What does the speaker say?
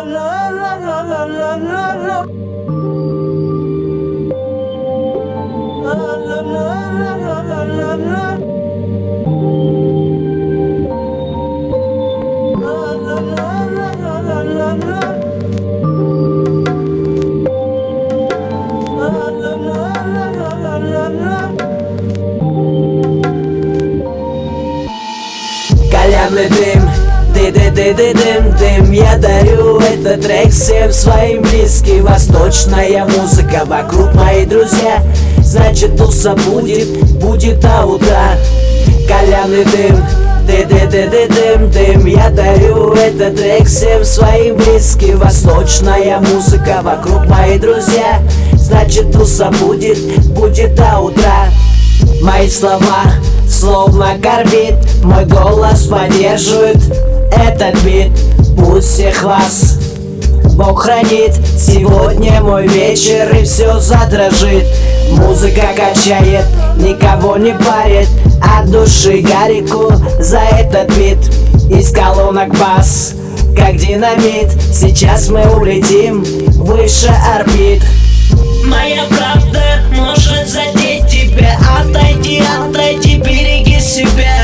Кальянный дым, дым. Я дарю этот трек всем своим близким. Восточная музыка, вокруг мои друзья. Значит, туса будет до утра. Кальянный дым, дым. Я дарю этот трек всем своим близким. Восточная музыка, вокруг мои друзья. Значит, туса будет до утра. Мои слова словно горбит, мой голос поддерживает этот бит. Пусть всех вас Бог хранит. Сегодня мой вечер и все задрожит. Музыка качает, никого не парит. От души Гарику за этот бит. Из колонок бас, как динамит. Сейчас мы улетим выше орбит. Моя правда может задеть тебя. Отойди, береги себя.